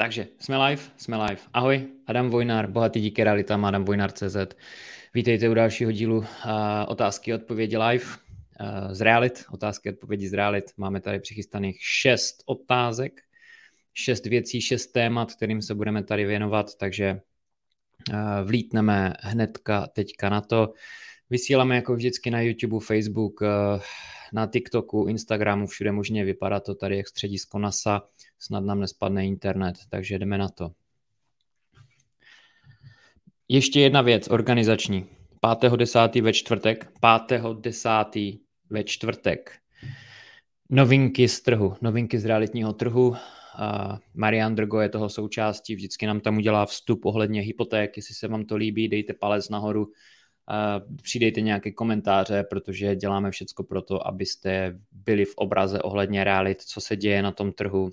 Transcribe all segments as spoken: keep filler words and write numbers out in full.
Takže jsme live, jsme live. Ahoj, Adam Vojnár, bohatý díky realitám, adam vojnar tečka cé zet. Vítejte u dalšího dílu uh, otázky a odpovědi live uh, z realit. Otázky a odpovědi z realit. Máme tady přichystaných šest otázek, šest věcí, šest témat, kterým se budeme tady věnovat, takže uh, vlítneme hnedka teďka na to. Vysíláme jako vždycky na YouTube, Facebook, uh, na TikToku, Instagramu, všude možně. Vypadá to tady jak středisko NASA, snad nám nespadne internet, takže jdeme na to. Ještě jedna věc organizační. pátého desátého ve čtvrtek, pátého desátého ve čtvrtek. Novinky z trhu, novinky z realitního trhu. Uh, Marian Drgo je toho součástí, vždycky nám tam udělá vstup ohledně hypoték, jestli se vám to líbí, dejte palec nahoru. Uh, přidejte nějaké komentáře, protože děláme všecko pro to, abyste byli v obraze ohledně realit, co se děje na tom trhu.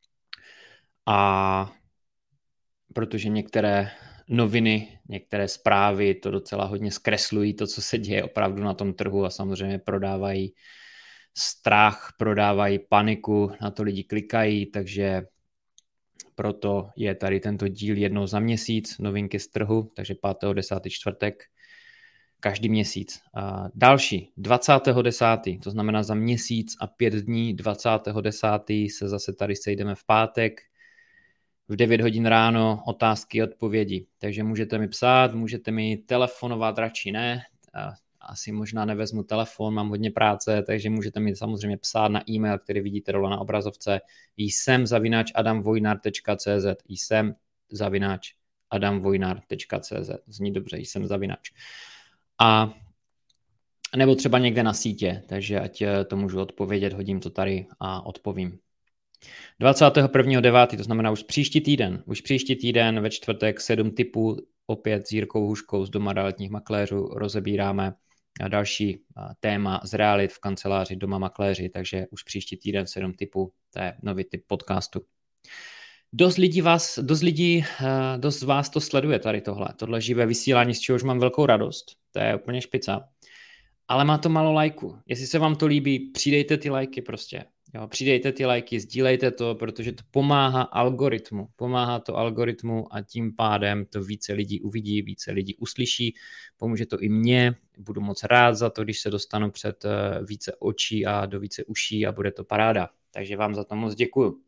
A protože některé noviny, některé zprávy to docela hodně zkreslují, to, co se děje opravdu na tom trhu a samozřejmě prodávají strach, prodávají paniku, na to lidi klikají, takže proto je tady tento díl jednou za měsíc, novinky z trhu, takže pátého desátého čtvrtek, každý měsíc. A další, dvacátého desátého to znamená za měsíc a pět dní, dvacátého desátého se zase tady sejdeme v pátek, v devět hodin ráno, otázky a odpovědi. Takže můžete mi psát, můžete mi telefonovat, radši ne, asi možná nevezmu telefon, mám hodně práce, takže můžete mi samozřejmě psát na e-mail, který vidíte dole na obrazovce, jsem zavináč adam vojnar tečka cé zet, jsem zavináč adam vojnar tečka cé zet, zní dobře, jsem zavináč. A nebo třeba někde na sítě, takže ať to můžu odpovědět, hodím to tady a odpovím. dvacátého prvního devátého to znamená už příští týden, už příští týden ve čtvrtek sedm tipů, opět s Jirkou Huškou z Doma realitních makléřů rozebíráme další téma z realit v kanceláři Doma makléři, takže už příští týden sedm tipů, to je nový typ podcastu. Dost lidí vás, dost lidí, dost z vás to sleduje tady tohle, tohle živé vysílání, z čehož mám velkou radost, to je úplně špica, ale má to málo lajků. Jestli se vám to líbí, přidejte ty lajky prostě. Jo, přidejte ty lajky, sdílejte to, protože to pomáhá algoritmu. Pomáhá to algoritmu a tím pádem to více lidí uvidí, více lidí uslyší. Pomůže to i mně, budu moc rád za to, když se dostanu před více očí a do více uší a bude to paráda. Takže vám za to moc děkuju.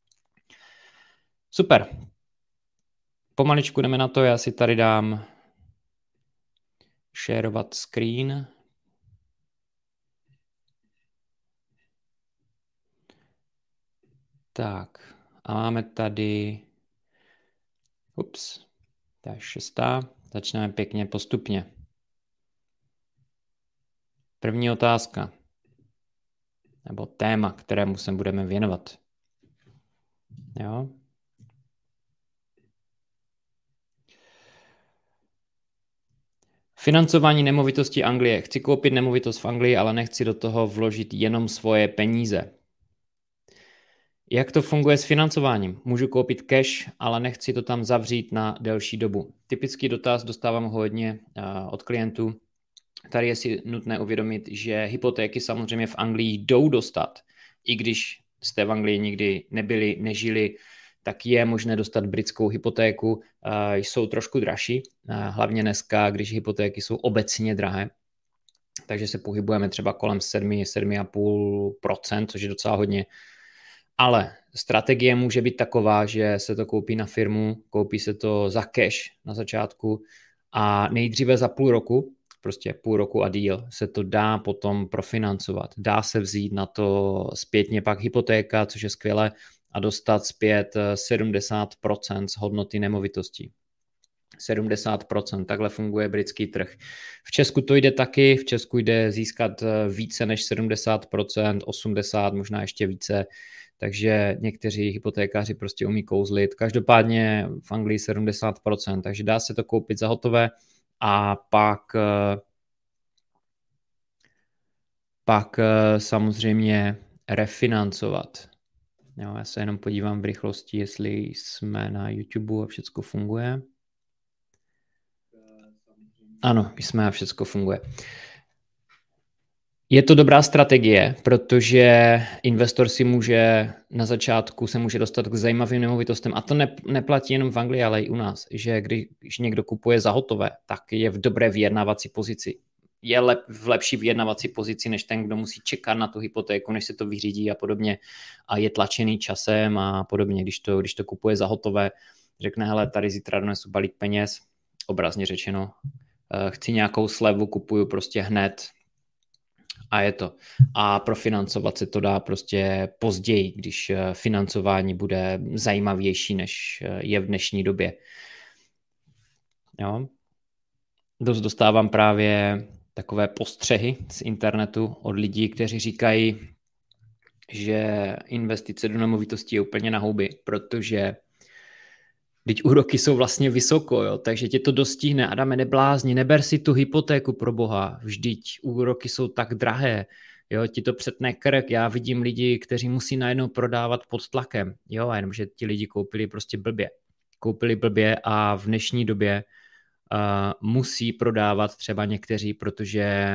Super. Pomaličku jdeme na to, já si tady dám shareovat screen. Tak, a máme tady, ups, to je šestá, začneme pěkně postupně. První otázka, nebo téma, kterému se budeme věnovat. Jo. Financování nemovitostí Anglie. Chci koupit nemovitost v Anglii, ale nechci do toho vložit jenom svoje peníze. Jak to funguje s financováním? Můžu koupit cash, ale nechci to tam zavřít na delší dobu. Typický dotaz dostávám hodně uh, od klientů. Tady je si nutné uvědomit, že hypotéky samozřejmě v Anglii jdou dostat. I když jste v Anglii nikdy nebyli, nežili, tak je možné dostat britskou hypotéku. Uh, jsou trošku dražší, uh, hlavně dneska, když hypotéky jsou obecně drahé. Takže se pohybujeme třeba kolem sedm, sedm celá pět procenta, což je docela hodně. Ale strategie může být taková, že se to koupí na firmu, koupí se to za cash na začátku a nejdříve za půl roku, prostě půl roku a díl, se to dá potom profinancovat. Dá se vzít na to zpětně pak hypotéka, což je skvělé, a dostat zpět sedmdesát procent z hodnoty nemovitostí. sedmdesát procent, takhle funguje britský trh. V Česku to jde taky, v Česku jde získat více než sedmdesát procent, osmdesát procent, možná ještě více, takže někteří hypotékáři prostě umí kouzlit. Každopádně v Anglii sedmdesát procent, takže dá se to koupit za hotové a pak, pak samozřejmě refinancovat. Jo, já se jenom podívám v rychlosti, jestli jsme na YouTube a všechno funguje. Ano, jsme a všechno funguje. Je to dobrá strategie, protože investor si může na začátku se může dostat k zajímavým nemovitostem a to ne, neplatí jenom v Anglii, ale i u nás, že když někdo kupuje za hotové, tak je v dobré vyjednávací pozici. Je lep, v lepší vyjednávací pozici než ten, kdo musí čekat na tu hypotéku, než se to vyřídí a podobně a je tlačený časem a podobně. Když to, když to kupuje za hotové, řekne, hele, tady zítra donesu balík peněz, obrazně řečeno, chci nějakou slevu, kupuju prostě hned, a je to. A profinancovat se to dá prostě později, když financování bude zajímavější, než je v dnešní době. Jo. Dost dostávám právě takové postřehy z internetu od lidí, kteří říkají, že investice do nemovitostí je úplně na houby, protože teď úroky jsou vlastně vysoko, jo, takže tě to dostihne. Adame, neblázni, neber si tu hypotéku pro boha, vždyť úroky jsou tak drahé, jo, ti to přetne krk. Já vidím lidi, kteří musí najednou prodávat pod tlakem, jo, a jenomže ti lidi koupili prostě blbě. Koupili blbě a v dnešní době uh, musí prodávat třeba někteří, protože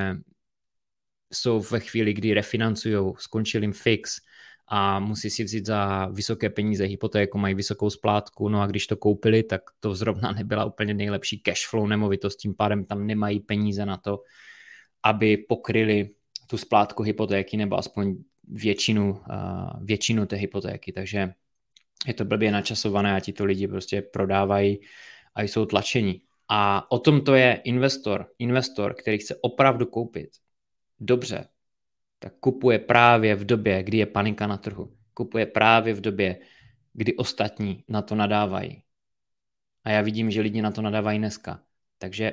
jsou ve chvíli, kdy refinancujou, skončil jim fix, a musí si vzít za vysoké peníze hypotéku, mají vysokou splátku, no a když to koupili, tak to zrovna nebyla úplně nejlepší cash flow nemovitost, tím pádem tam nemají peníze na to, aby pokryli tu splátku hypotéky nebo aspoň většinu, většinu té hypotéky, takže je to blbě načasované a tito lidi prostě prodávají a jsou tlačení. A o tom to je investor, investor, který chce opravdu koupit dobře, tak kupuje právě v době, kdy je panika na trhu. Kupuje právě v době, kdy ostatní na to nadávají. A já vidím, že lidi na to nadávají dneska. Takže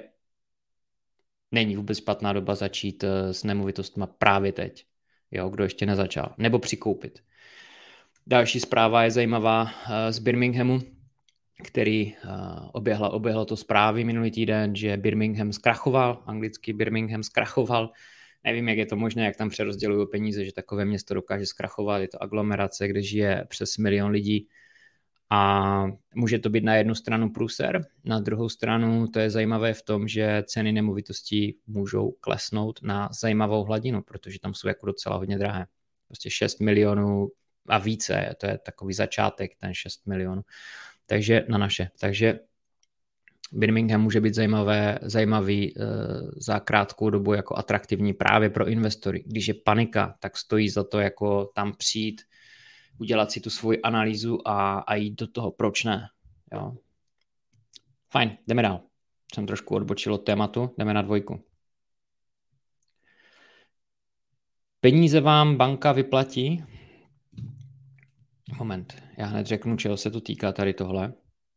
není vůbec špatná doba začít s nemovitostma právě teď. Jo, kdo ještě nezačal. Nebo přikoupit. Další zpráva je zajímavá z Birminghamu, který oběhla, oběhlo to zprávy minulý týden, že Birmingham zkrachoval, anglicky Birmingham zkrachoval. Nevím, jak je to možné, jak tam přerozdělují peníze, že takové město dokáže zkrachovat. Je to aglomerace, kde žije přes milion lidí a může to být na jednu stranu průser, na druhou stranu to je zajímavé v tom, že ceny nemovitostí můžou klesnout na zajímavou hladinu, protože tam jsou jako docela hodně drahé. Prostě šest milionů a více, to je takový začátek, ten šest milionů. Takže na naše. Takže Birmingham může být zajímavé, zajímavý e, za krátkou dobu jako atraktivní právě pro investory. Když je panika, tak stojí za to jako tam přijít, udělat si tu svoji analýzu a, a jít do toho. Proč ne? Jo. Fajn, jdeme dál. Jsem trošku odbočil od tématu, jdeme na dvojku. Peníze vám banka vyplatí? Moment, já hned řeknu, čeho se to týká tady tohle.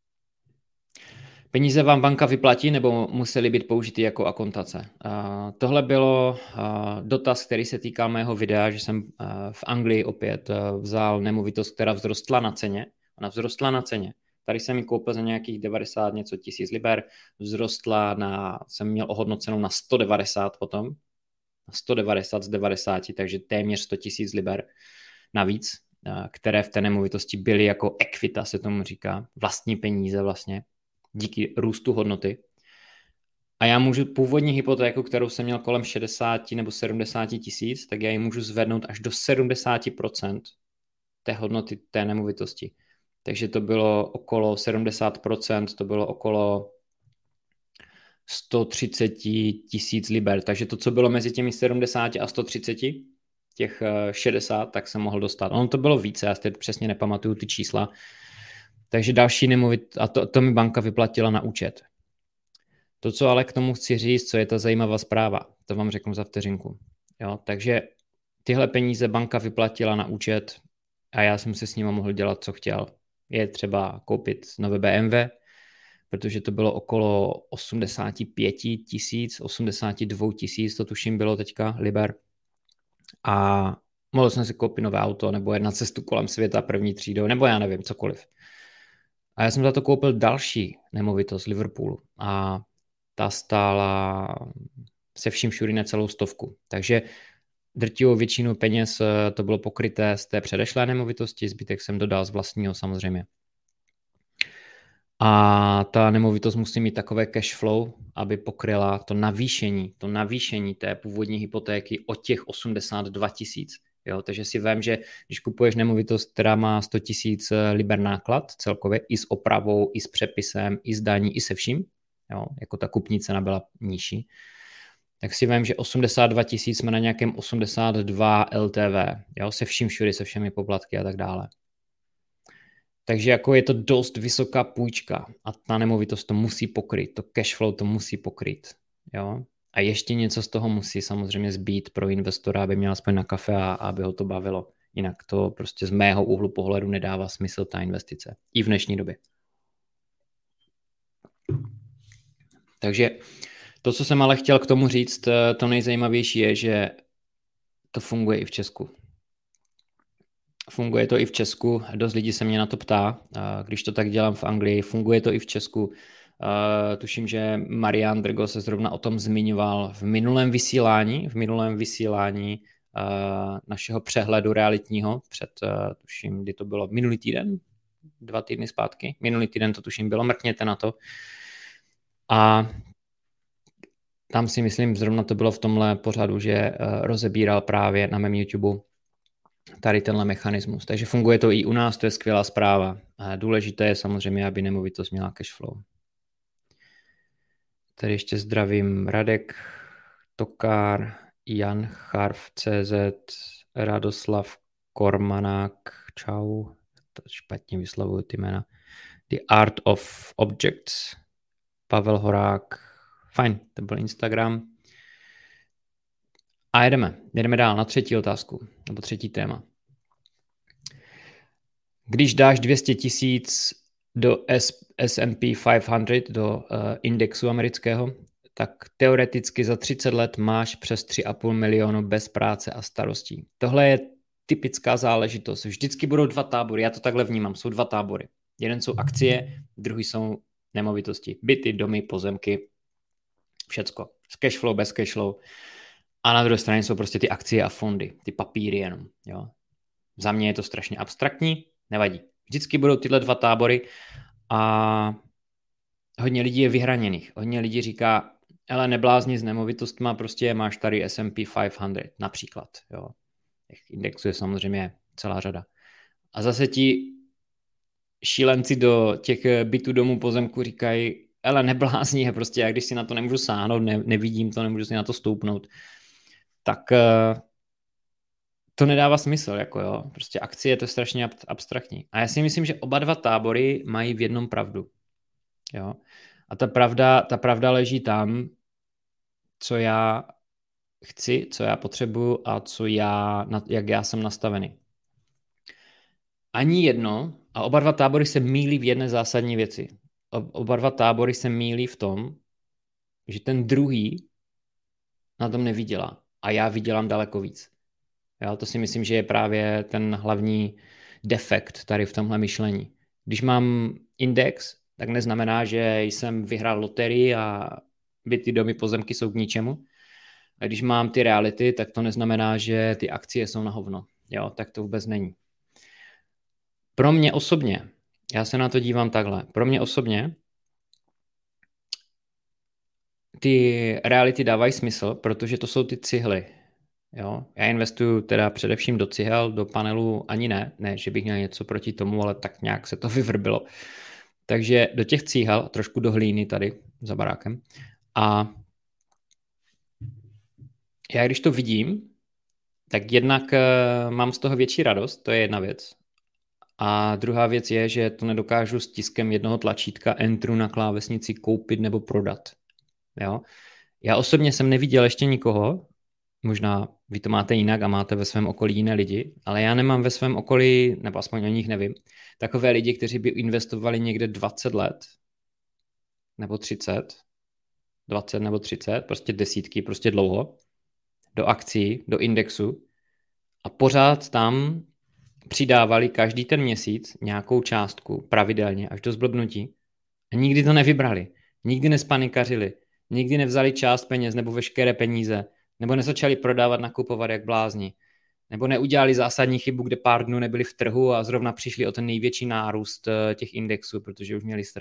Peníze vám banka vyplatí nebo museli být použity jako akontace? Uh, tohle bylo uh, dotaz, který se týkal mého videa, že jsem uh, v Anglii opět uh, vzal nemovitost, která vzrostla na ceně. Ona vzrostla na ceně. Tady jsem ji koupil za nějakých devadesát něco tisíc liber. Vzrostla na, jsem měl ohodnocenou na sto devadesát potom. Na sto devadesát z devadesáti, takže téměř sto tisíc liber navíc, uh, které v té nemovitosti byly jako equita, se tomu říká. Vlastní peníze vlastně. Díky růstu hodnoty. A já můžu původní hypotéku, kterou jsem měl kolem šedesát nebo sedmdesát tisíc, tak já ji můžu zvednout až do sedmdesát procent té hodnoty té nemovitosti. Takže to bylo okolo sedmdesát procent, to bylo okolo sto třicet tisíc liber. Takže to, co bylo mezi těmi sedmdesáti a sto třiceti, těch šedesát, tak jsem mohl dostat. Ono to bylo více, já si přesně nepamatuju ty čísla. Takže další nemovit, a to, to mi banka vyplatila na účet. To, co ale k tomu chci říct, co je ta zajímavá zpráva, to vám řeknu za vteřinku. Jo, takže tyhle peníze banka vyplatila na účet a já jsem se s nimi mohl dělat, co chtěl. Je třeba koupit nové bé em vé, protože to bylo okolo osmdesát pět tisíc, osmdesát dva tisíc, to tuším bylo teďka, liber. A mohl jsem si koupit nové auto, nebo jet na cestu kolem světa první třídou, nebo já nevím, cokoliv. A já jsem za to koupil další nemovitost z Liverpoolu a ta stála se vším všudy necelou stovku. Takže drtivou většinu peněz to bylo pokryté z té předešlé nemovitosti, zbytek jsem dodal z vlastního samozřejmě. A ta nemovitost musí mít takové cash flow, aby pokryla to navýšení, to navýšení té původní hypotéky o těch osmdesát dva tisíc. Jo, takže si vem, že když kupuješ nemovitost, která má sto tisíc liber náklad celkově, i s opravou, i s přepisem, i s daní, i se vším, jo, jako ta kupní cena byla nižší, tak si vem, že osmdesát dva tisíc jsme na nějakém osmdesát dva L T V, jo, se vším všude, se všemi poplatky a tak dále. Takže jako je to dost vysoká půjčka a ta nemovitost to musí pokryt, to cash flow to musí pokryt, jo. A ještě něco z toho musí samozřejmě zbýt pro investora, aby měl aspoň na kafe a aby ho to bavilo. Jinak to prostě z mého úhlu pohledu nedává smysl ta investice. I v dnešní době. Takže to, co jsem ale chtěl k tomu říct, to nejzajímavější je, že to funguje i v Česku. Funguje to i v Česku, dost lidí se mě na to ptá, když to tak dělám v Anglii, funguje to i v Česku. Uh, tuším, že Marian Drgo se zrovna o tom zmiňoval v minulém vysílání, v minulém vysílání uh, našeho přehledu realitního před, uh, tuším, kdy to bylo, minulý týden, dva týdny zpátky, minulý týden to tuším bylo, mrkněte na to. A tam si myslím, zrovna to bylo v tomhle pořadu, že uh, rozebíral právě na mém YouTube tady tenhle mechanismus. Takže funguje to i u nás, to je skvělá zpráva. A důležité je samozřejmě, aby nemovitost měla cash flow. Tady ještě zdravím Radek, Tokár, Jan Charv, C Z, Radoslav Kormanák, čau, to špatně vyslovuju ty jména, The Art of Objects, Pavel Horák, fajn, to byl Instagram. A jedeme, jedeme dál na třetí otázku, nebo třetí téma. Když dáš dvě stě tisíc do S and P pět set, do uh, indexu amerického, tak teoreticky za třicet let máš přes tři a půl milionu bez práce a starostí. Tohle je typická záležitost. Vždycky budou dva tábory, já to takhle vnímám, jsou dva tábory. Jeden jsou akcie, druhý jsou nemovitosti. Byty, domy, pozemky, všecko. S cashflow, bez cashflow. A na druhé straně jsou prostě ty akcie a fondy, ty papíry jenom. Jo. Za mě je to strašně abstraktní, nevadí. Vždycky budou tyhle dva tábory a hodně lidí je vyhraněných. Hodně lidí říká, ale neblázni s nemovitostma, prostě máš tady S and P pět set například. Jo. Těch indexů je samozřejmě celá řada. A zase ti šílenci do těch bytů, domů, pozemku říkají, ale neblázni je prostě, já když si na to nemůžu sáhnout, ne, nevidím to, nemůžu si na to stoupnout, tak to nedává smysl, jako jo. Prostě akcie to je strašně abstraktní. A já si myslím, že oba dva tábory mají v jednom pravdu. Jo. A ta pravda, ta pravda leží tam, co já chci, co já potřebuju a co já, jak já jsem nastavený. Ani jedno, a oba dva tábory se mýlí v jedné zásadní věci. Oba dva tábory se mýlí v tom, že ten druhý na tom nevydělá. A já vydělám daleko víc. Jo, to si myslím, že je právě ten hlavní defekt tady v tomhle myšlení. Když mám index, tak neznamená, že jsem vyhrál loterii a byty, domy, pozemky jsou k ničemu. A když mám ty reality, tak to neznamená, že ty akcie jsou na hovno. Jo, tak to vůbec není. Pro mě osobně, já se na to dívám takhle, pro mě osobně ty reality dávají smysl, protože to jsou ty cihly. Jo? Já investuju teda především do cihel, do panelů ani ne, ne, že bych měl něco proti tomu, ale tak nějak se to vyvrbilo. Takže do těch cihel, trošku do hlíny tady za barákem. A já když to vidím, tak jednak mám z toho větší radost, to je jedna věc. A druhá věc je, že to nedokážu s tiskem jednoho tlačítka Enteru na klávesnici koupit nebo prodat. Jo? Já osobně jsem neviděl ještě nikoho, možná vy to máte jinak a máte ve svém okolí jiné lidi, ale já nemám ve svém okolí, nebo aspoň o nich nevím, takové lidi, kteří by investovali někde dvacet let, nebo třicet, dvacet nebo třicet, prostě desítky, prostě dlouho, do akcí, do indexu a pořád tam přidávali každý ten měsíc nějakou částku pravidelně až do zblbnutí a nikdy to nevybrali, nikdy nespanikařili, nikdy nevzali část peněz nebo veškeré peníze, nebo nezačali prodávat, nakupovat jak blázni, nebo neudělali zásadní chybu, kde pár dnů nebyli v trhu a zrovna přišli o ten největší nárůst těch indexů, protože už měli strach.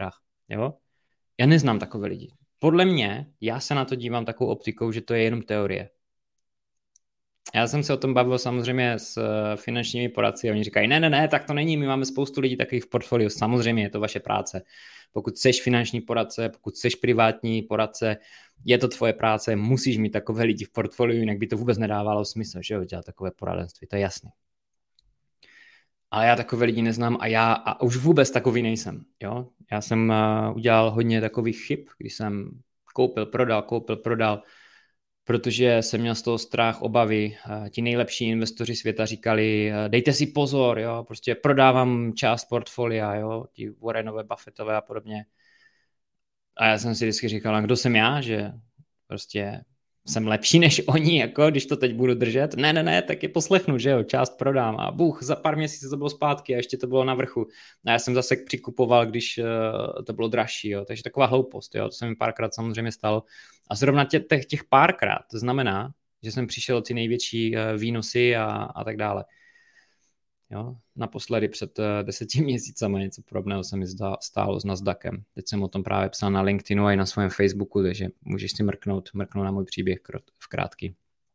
Jo? Já neznám takové lidi. Podle mě, já se na to dívám takovou optikou, že to je jenom teorie. Já jsem se o tom bavil samozřejmě s finančními poradci a oni říkají, ne, ne, ne, tak to není, my máme spoustu lidí takových v portfoliu, samozřejmě je to vaše práce. Pokud jsi finanční poradce, pokud jsi privátní poradce, je to tvoje práce, musíš mít takové lidi v portfoliu, jinak by to vůbec nedávalo smysl, že jo, dělat takové poradenství, to je jasný. Ale já takové lidi neznám a já a už vůbec takový nejsem. Jo? Já jsem uh, udělal hodně takových chyb, když jsem koupil, prodal, koupil, prodal, protože jsem měl z toho strach, obavy. Uh, ti nejlepší investoři světa říkali, uh, dejte si pozor, jo? Prostě prodávám část portfolia, jo? Ti Warrenové, Buffettové a podobně. A já jsem si vždycky říkal, a kdo jsem já, že prostě jsem lepší než oni, jako když to teď budu držet. Ne, ne, ne, tak je poslechnu, že jo, část prodám a buch, za pár měsíců to bylo zpátky a ještě to bylo na vrchu. A já jsem zase přikupoval, když uh, to bylo dražší, jo, takže taková hloupost, jo, to se mi párkrát samozřejmě stalo. A zrovna tě, těch, těch párkrát, to znamená, že jsem přišel ty největší uh, výnosy a, a tak dále. Jo, naposledy před uh, deseti měsícami něco podobného se mi stálo s Nasdaqem. Teď jsem o tom právě psal na LinkedInu a i na svém Facebooku, takže můžeš si mrknout, mrknout na můj příběh v krátký.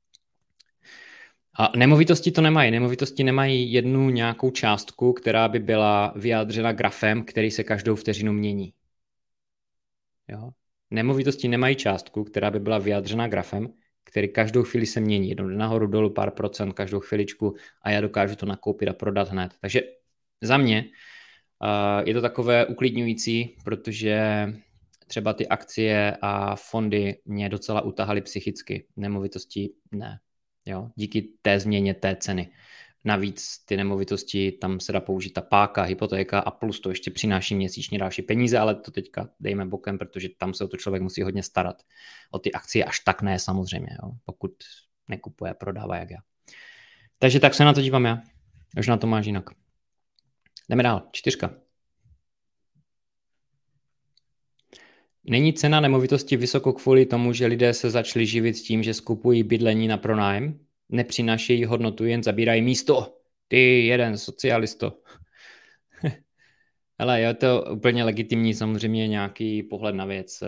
A nemovitosti to nemají. Nemovitosti nemají jednu nějakou částku, která by byla vyjádřena grafem, který se každou vteřinu mění. Jo? Nemovitosti nemají částku, která by byla vyjádřena grafem, který každou chvíli se mění, jednou nahoru, dolů pár procent každou chviličku a já dokážu to nakoupit a prodat hned. Takže za mě uh, je to takové uklidňující, protože třeba ty akcie a fondy mě docela utahaly psychicky, nemovitosti ne, jo, díky té změně té ceny. Navíc ty nemovitosti, tam se dá použít ta páka, hypotéka a plus to ještě přináší měsíčně další peníze, ale to teďka dejme bokem, protože tam se o to člověk musí hodně starat. O ty akcie až tak ne, samozřejmě, jo, pokud nekupuje, prodává jak já. Takže tak se na to dívám já. Už na to máš jinak. Jdeme dál. Čtyřka. Není cena nemovitosti vysoko kvůli tomu, že lidé se začali živit s tím, že skupují bydlení na pronájem? Nepřinášejí hodnotu, jen zabírají místo. Ty jeden socialisto. Hele, je to úplně legitimní, samozřejmě nějaký pohled na věc.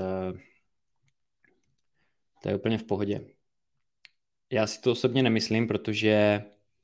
To je úplně v pohodě. Já si to osobně nemyslím, protože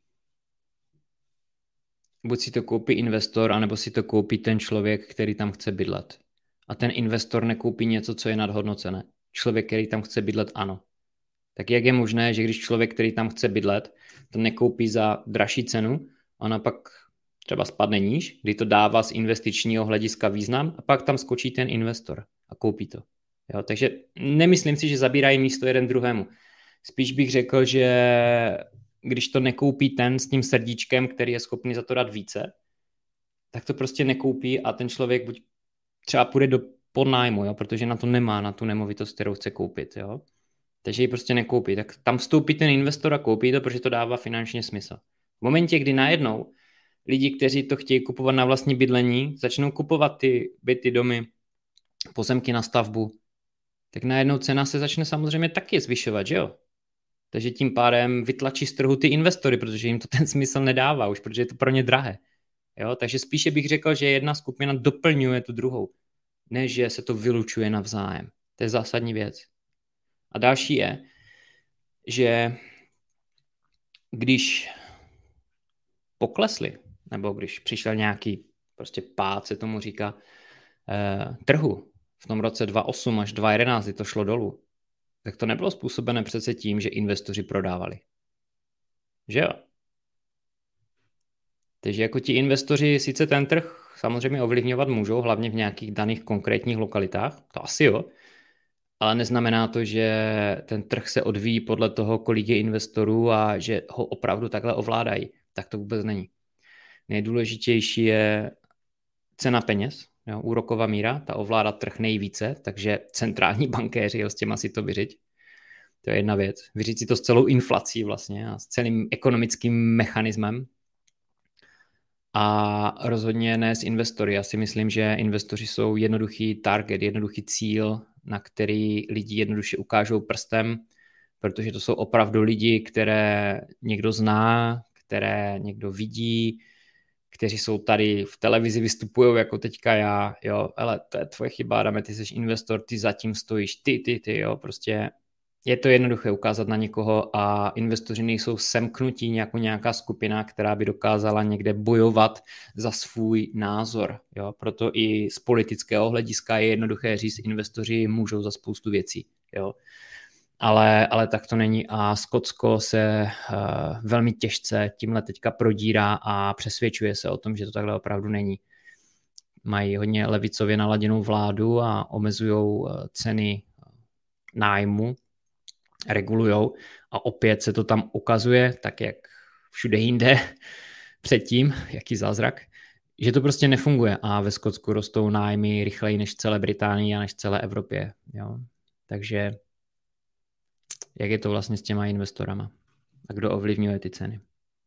buď si to koupí investor, anebo si to koupí ten člověk, který tam chce bydlet. A ten investor nekoupí něco, co je nadhodnocené. Člověk, který tam chce bydlet, ano. Tak jak je možné, že když člověk, který tam chce bydlet, to nekoupí za dražší cenu, ona pak třeba spadne níž, kdy to dává z investičního hlediska význam a pak tam skočí ten investor a koupí to. Jo, takže nemyslím si, že zabírají místo jeden druhému. Spíš bych řekl, že když to nekoupí ten s tím srdíčkem, který je schopný za to dát více, tak to prostě nekoupí a ten člověk buď třeba půjde do podnájmu, jo, protože na to nemá, na tu nemovitost, kterou chce koupit. Jo. Takže ji prostě nekoupí. Tak tam vstoupí ten investor a koupí to, protože to dává finančně smysl. V momentě, kdy najednou lidi, kteří to chtějí kupovat na vlastní bydlení, začnou kupovat ty byty, domy, pozemky na stavbu, tak najednou cena se začne samozřejmě taky zvyšovat, že jo? Takže tím pádem vytlačí z trhu ty investory, protože jim to ten smysl nedává už, protože je to pro ně drahé. Jo? Takže spíše bych řekl, že jedna skupina doplňuje tu druhou, než že se to vylučuje navzájem. To je zásadní věc. A další je, že když poklesly, nebo když přišel nějaký prostě pád, se tomu říká, eh, trhu v tom roce dva tisíce osm až dva tisíce jedenáct, kdy to šlo dolů, tak to nebylo způsobené přece tím, že investoři prodávali. Že jo? Takže jako ti investoři sice ten trh samozřejmě ovlivňovat můžou, hlavně v nějakých daných konkrétních lokalitách, to asi jo, ale neznamená to, že ten trh se odvíjí podle toho, kolik je investorů a že ho opravdu takhle ovládají. Tak to vůbec není. Nejdůležitější je cena peněz, jo, úroková míra, ta ovládá trh nejvíce, takže centrální bankéři, jo, s těma si to vyřiď. To je jedna věc. Vyřiď si to s celou inflací vlastně a s celým ekonomickým mechanismem. A rozhodně ne s investory. Já si myslím, že investoři jsou jednoduchý target, jednoduchý cíl, na který lidi jednoduše ukážou prstem, protože to jsou opravdu lidi, které někdo zná, které někdo vidí, kteří jsou tady v televizi, vystupují jako teďka já, jo, ale to je tvoje chyba, Adame, ty jsi investor, ty zatím stojíš, ty, ty, ty, jo, prostě je to jednoduché ukázat na někoho a investoři nejsou semknutí jako nějaká skupina, která by dokázala někde bojovat za svůj názor, jo, proto i z politického hlediska je jednoduché říct, investoři můžou za spoustu věcí, jo. Ale, ale tak to není a Skotsko se uh, velmi těžce tímhle teďka prodírá a přesvědčuje se o tom, že to takhle opravdu není. Mají hodně levicově naladěnou vládu a omezují ceny nájmu, regulujou a opět se to tam ukazuje, tak jak všude jinde předtím, jaký zázrak, že to prostě nefunguje a ve Skotsku rostou nájmy rychleji než v celé Británii a než v celé Evropě. Jo? Takže jak je to vlastně s těma investorama a kdo ovlivňuje ty ceny.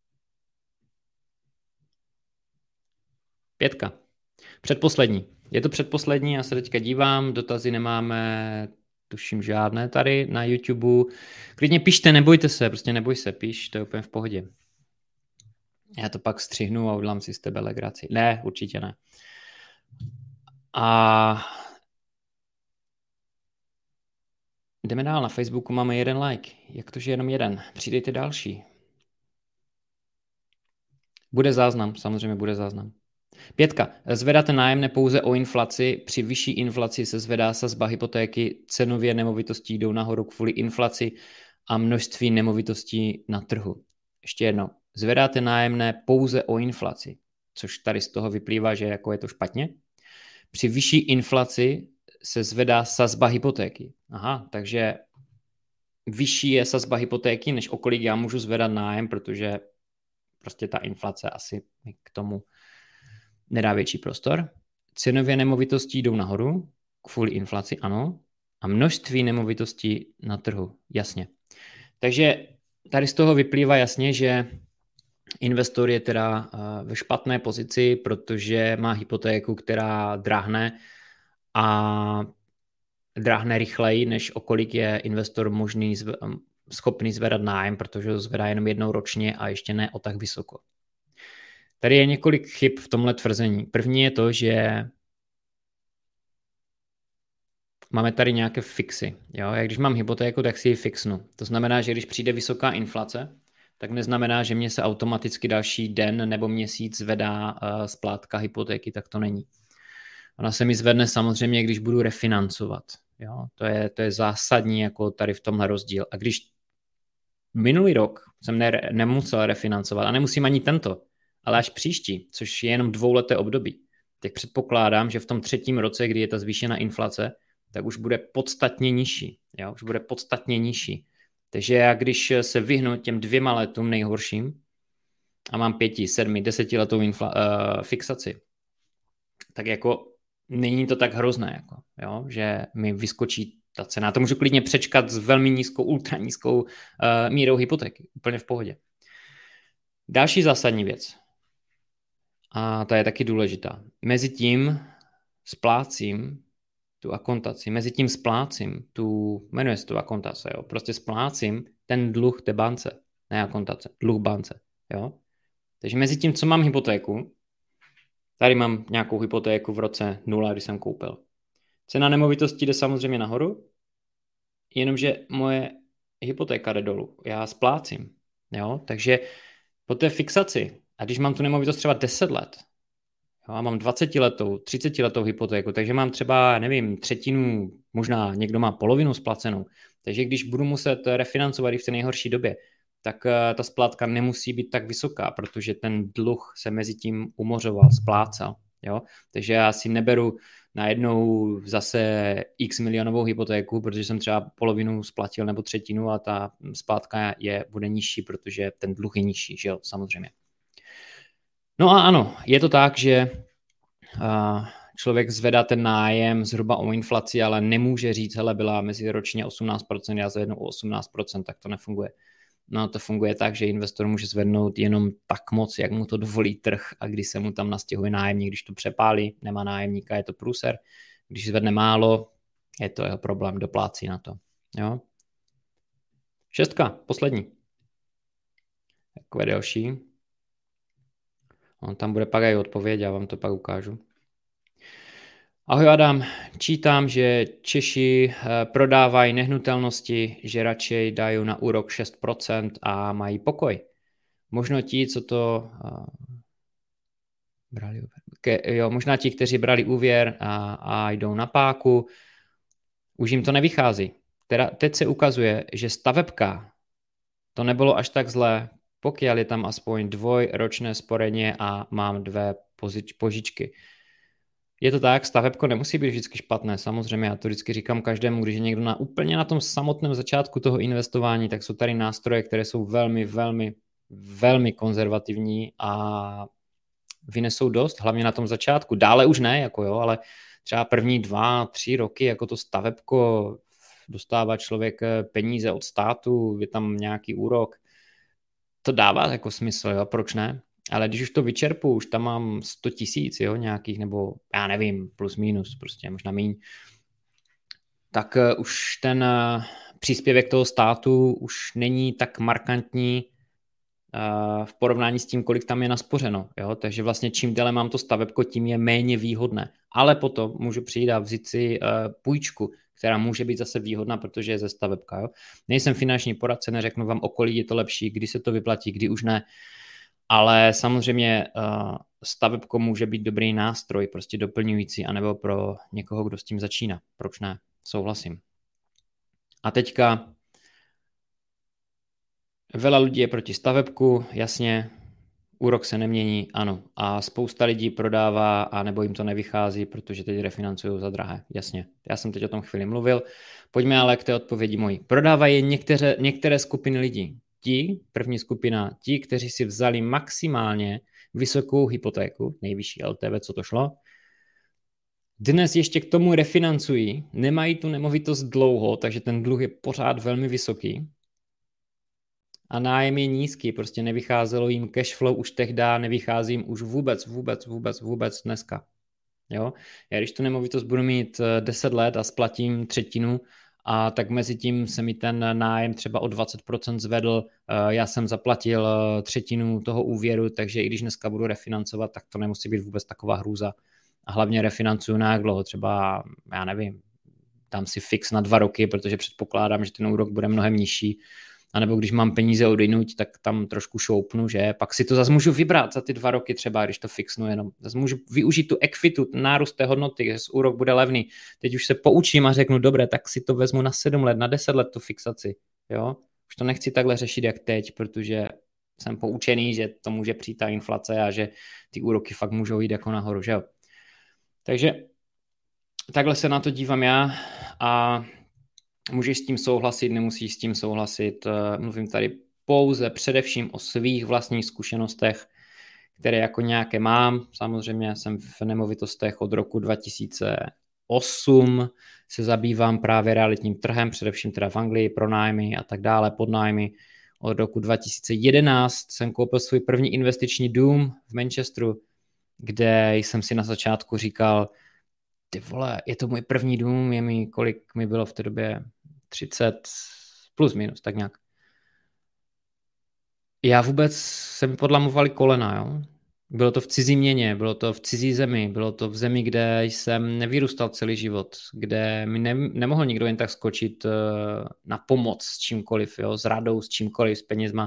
Pětka. Předposlední. Je to předposlední, já se teďka dívám, dotazy nemáme, tuším žádné tady na YouTube. Klidně pište, nebojte se, prostě neboj se, píš, to je úplně v pohodě. Já to pak střihnu a udělám si z tebe legraci. Ne, určitě ne. A jdeme dál, na Facebooku máme jeden like. Jak to, že jenom jeden? Přidejte další. Bude záznam, samozřejmě bude záznam. Pětka. Zvedáte nájemné pouze o inflaci. Při vyšší inflaci se zvedá sazba hypotéky, cenově nemovitostí jdou nahoru kvůli inflaci a množství nemovitostí na trhu. Ještě jednou. Zvedáte nájemné pouze o inflaci, což tady z toho vyplývá, že jako je to špatně. Při vyšší inflaci se zvedá sazba hypotéky. Aha, takže vyšší je sazba hypotéky, než o kolik já můžu zvedat nájem, protože prostě ta inflace asi k tomu nedá větší prostor. Cenově nemovitostí jdou nahoru kvůli inflaci, ano. A množství nemovitostí na trhu, jasně. Takže tady z toho vyplývá jasně, že investor je teda ve špatné pozici, protože má hypotéku, která dráhne a dráhne rychleji, než o kolik je investor možný, schopný zvedat nájem, protože ho zvedá jenom jednou ročně a ještě ne o tak vysoko. Tady je několik chyb v tomhle tvrzení. První je to, že máme tady nějaké fixy. Jo? Jak když mám hypotéku, tak si ji fixnu. To znamená, že když přijde vysoká inflace, tak neznamená, že mě se automaticky další den nebo měsíc zvedá uh, splátka hypotéky, tak to není. Ona se mi zvedne samozřejmě, když budu refinancovat. Jo? To je, to je zásadní jako tady v tomhle rozdíl. A když minulý rok jsem ne, nemusel refinancovat a nemusím ani tento, ale až příští, což je jenom dvouleté období, tak předpokládám, že v tom třetím roce, kdy je ta zvýšená inflace, tak už bude podstatně nižší. Jo? Už bude podstatně nižší. Takže já když se vyhnu těm dvěma letům nejhorším a mám pěti, sedmi, desetiletou infla- uh, fixaci, tak jako není to tak hrozné, jako, jo? Že mi vyskočí ta cena. To můžu klidně přečkat s velmi nízkou, ultra nízkou uh, mírou hypotéky. Úplně v pohodě. Další zásadní věc. A ta je taky důležitá. Mezitím splácím tu akontaci, mezitím splácím tu, jmenuje se tu akontace, jo, prostě splácím ten dluh té bance, ne akontace, dluh bance, jo. Takže mezitím, co mám hypotéku, tady mám nějakou hypotéku v roce nula, když jsem koupil. Cena nemovitosti jde samozřejmě nahoru, jenomže moje hypotéka jde dolů, já splácím, jo, takže po té fixaci, a když mám tu nemovitost třeba deset let, jo, a mám dvacetiletou, třicetiletou hypotéku, takže mám třeba, nevím, třetinu, možná někdo má polovinu splacenou, takže když budu muset refinancovat i v té nejhorší době, tak ta splátka nemusí být tak vysoká, protože ten dluh se mezi tím umořoval, splácal, jo, takže já si neberu najednou zase x milionovou hypotéku, protože jsem třeba polovinu splatil nebo třetinu a ta splátka je, bude nižší, protože ten dluh je nižší, že jo, samozřejmě. No a ano, je to tak, že člověk zvedá ten nájem zhruba o inflaci, ale nemůže říct, hele, byla meziročně osmnáct procent, já zvednu o osmnáct procent, tak to nefunguje. No to funguje tak, že investor může zvednout jenom tak moc, jak mu to dovolí trh a když se mu tam nastěhuje nájemník, když to přepálí, nemá nájemníka, je to průser. Když zvedne málo, je to jeho problém, doplácí na to. Jo? Šestka, poslední. Takové další. On tam bude pak i odpověď, já vám to pak ukážu. Ahoj Adam, čítám, že Češi prodávají nehnutelnosti, že radši dají na úrok šest procent a mají pokoj. Možno ti, co to... brali ke, jo, možná ti, kteří brali úvěr a, a jdou na páku, už jim to nevychází. Teda teď se ukazuje, že stavebka to nebylo až tak zlé, pokud je tam aspoň dvojročné sporenie a mám dvě pozič, požičky. Je to tak, stavebko nemusí být vždycky špatné, samozřejmě, já to vždycky říkám každému, když je někdo na, úplně na tom samotném začátku toho investování, tak jsou tady nástroje, které jsou velmi, velmi, velmi konzervativní a vynesou dost, hlavně na tom začátku. Dále už ne, jako jo, ale třeba první dva, tři roky, jako to stavebko, dostává člověk peníze od státu, je tam nějaký úrok, to dává jako smysl, jo, proč ne? Ale když už to vyčerpu, už tam mám sto tisíc, jo, nějakých, nebo já nevím, plus minus, prostě možná míň, tak uh, už ten uh, příspěvek toho státu už není tak markantní uh, v porovnání s tím, kolik tam je naspořeno, jo, takže vlastně čím déle mám to stavebko, tím je méně výhodné, ale potom můžu přijít a vzít si uh, půjčku, která může být zase výhodná, protože je ze stavebka, jo. Nejsem finanční poradce, neřeknu vám, o kolik je to lepší, kdy se to vyplatí, kdy už ne. Ale samozřejmě uh, stavebko může být dobrý nástroj, prostě doplňující, anebo pro někoho, kdo s tím začíná. Proč ne? Souhlasím. A teďka veľa lidí je proti stavebku, jasně, úrok se nemění, ano. A spousta lidí prodává, a nebo jim to nevychází, protože teď refinancují za drahé, jasně. Já jsem teď o tom chvíli mluvil. Pojďme ale k té odpovědi mojí. Prodávají některé, některé skupiny lidí. Ti, první skupina, ti, kteří si vzali maximálně vysokou hypotéku, nejvyšší L T V, co to šlo, dnes ještě k tomu refinancují, nemají tu nemovitost dlouho, takže ten dluh je pořád velmi vysoký a nájem je nízký, prostě nevycházelo jim cash flow už tehdy, nevychází jim už vůbec, vůbec, vůbec, vůbec dneska. Jo? Já když tu nemovitost budu mít deset let a splatím třetinu, a tak mezi tím se mi ten nájem třeba o dvacet procent zvedl, já jsem zaplatil třetinu toho úvěru, takže i když dneska budu refinancovat, tak to nemusí být vůbec taková hrůza. A hlavně refinancuju na jak dlouho, třeba, já nevím, dám si fix na dva roky, protože předpokládám, že ten úrok bude mnohem nižší, a nebo když mám peníze odjinuť, tak tam trošku šoupnu, že pak si to zase můžu vybrat za ty dva roky třeba, když to fixnu jenom. Zase můžu využít tu ekvitu, nárůst té hodnoty, že úrok bude levný. Teď už se poučím a řeknu, dobré, tak si to vezmu na sedm let, na deset let tu fixaci. Jo? Už to nechci takhle řešit jak teď, protože jsem poučený, že to může přijít ta inflace a že ty úroky fakt můžou jít jako nahoru. Že jo? Takže takhle se na to dívám já a můžeš s tím souhlasit, nemusíš s tím souhlasit. Mluvím tady pouze především o svých vlastních zkušenostech, které jako nějaké mám. Samozřejmě jsem v nemovitostech od roku dva tisíce osm, se zabývám právě realitním trhem, především teda v Anglii, pronájmy a tak dále, podnájmy. Od roku dva tisíce jedenáct jsem koupil svůj první investiční dům v Manchesteru, kde jsem si na začátku říkal, ty vole, je to můj první dům, je mi, kolik mi bylo v té době, třicet plus minus, tak nějak. Já vůbec se mi podlamovaly kolena, jo. Bylo to v cizí měně, bylo to v cizí zemi, bylo to v zemi, kde jsem nevyrůstal celý život, kde mi ne, nemohl nikdo jen tak skočit uh, na pomoc s čímkoliv, jo, s radou, s čímkoliv, s penězma.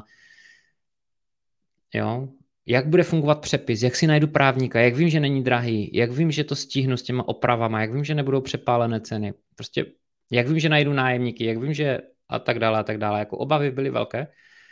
Jo. Jak bude fungovat přepis, jak si najdu právníka, jak vím, že není drahý, jak vím, že to stihnu s těma opravama, jak vím, že nebudou přepálené ceny, prostě jak vím, že najdu nájemníky, jak vím, že a tak dále a tak dále, jako obavy byly velké.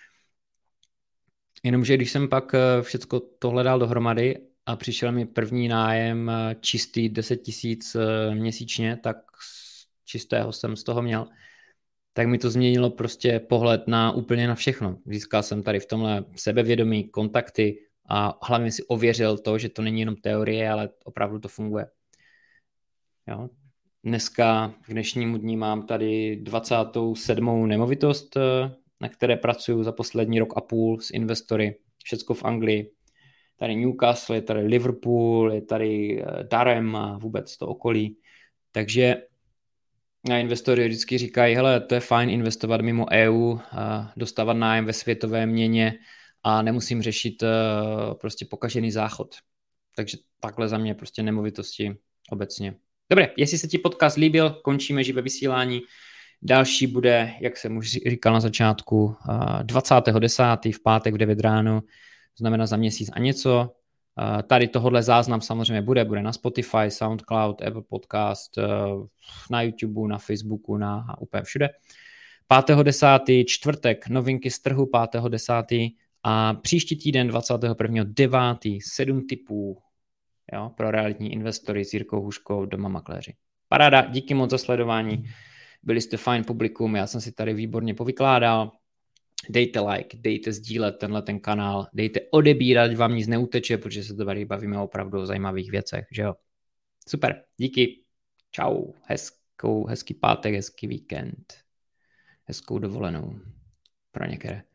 Jenomže když jsem pak všecko tohle dal dohromady a přišel mi první nájem čistý deset tisíc měsíčně, tak čistého jsem z toho měl, tak mi to změnilo prostě pohled na úplně na všechno. Získal jsem tady v tomhle sebevědomí, kontakty a hlavně si ověřil to, že to není jenom teorie, ale opravdu to funguje. Jo. Dneska v dnešnímu dní mám tady dvacátou sedmou nemovitost, na které pracuju za poslední rok a půl s investory, všecko v Anglii. Tady Newcastle, je tady Liverpool, je tady Durham a vůbec to okolí. Takže a investory vždycky říkají, hele, to je fajn investovat mimo E U, a dostávat nájem ve světové měně a nemusím řešit uh, prostě pokažený záchod. Takže takhle za mě prostě nemovitosti obecně. Dobře, jestli se ti podcast líbil, končíme živé vysílání. Další bude, jak jsem už říkal na začátku, dvacátého desátého v pátek v devět ráno, znamená za měsíc a něco. Tady tohohle záznam samozřejmě bude, bude na Spotify, SoundCloud, Apple Podcast, na YouTube, na Facebooku, na úplně všude. pátého desátého čtvrtek, novinky z trhu pátého desátého a příští týden dvacátého prvního devátého sedm tipů, jo, pro realitní investory s Jirkou Hůškou, Doma makléři. Paráda, díky moc za sledování. Byli jste fajn publikum, já jsem si tady výborně povykládal. Dejte like, dejte sdílet tenhle ten kanál, dejte odebírat, ať vám nic neuteče, protože se to tady bavíme opravdu o zajímavých věcech, že jo. Super, díky, čau, hezkou, hezký pátek, hezký víkend, hezkou dovolenou pro některé.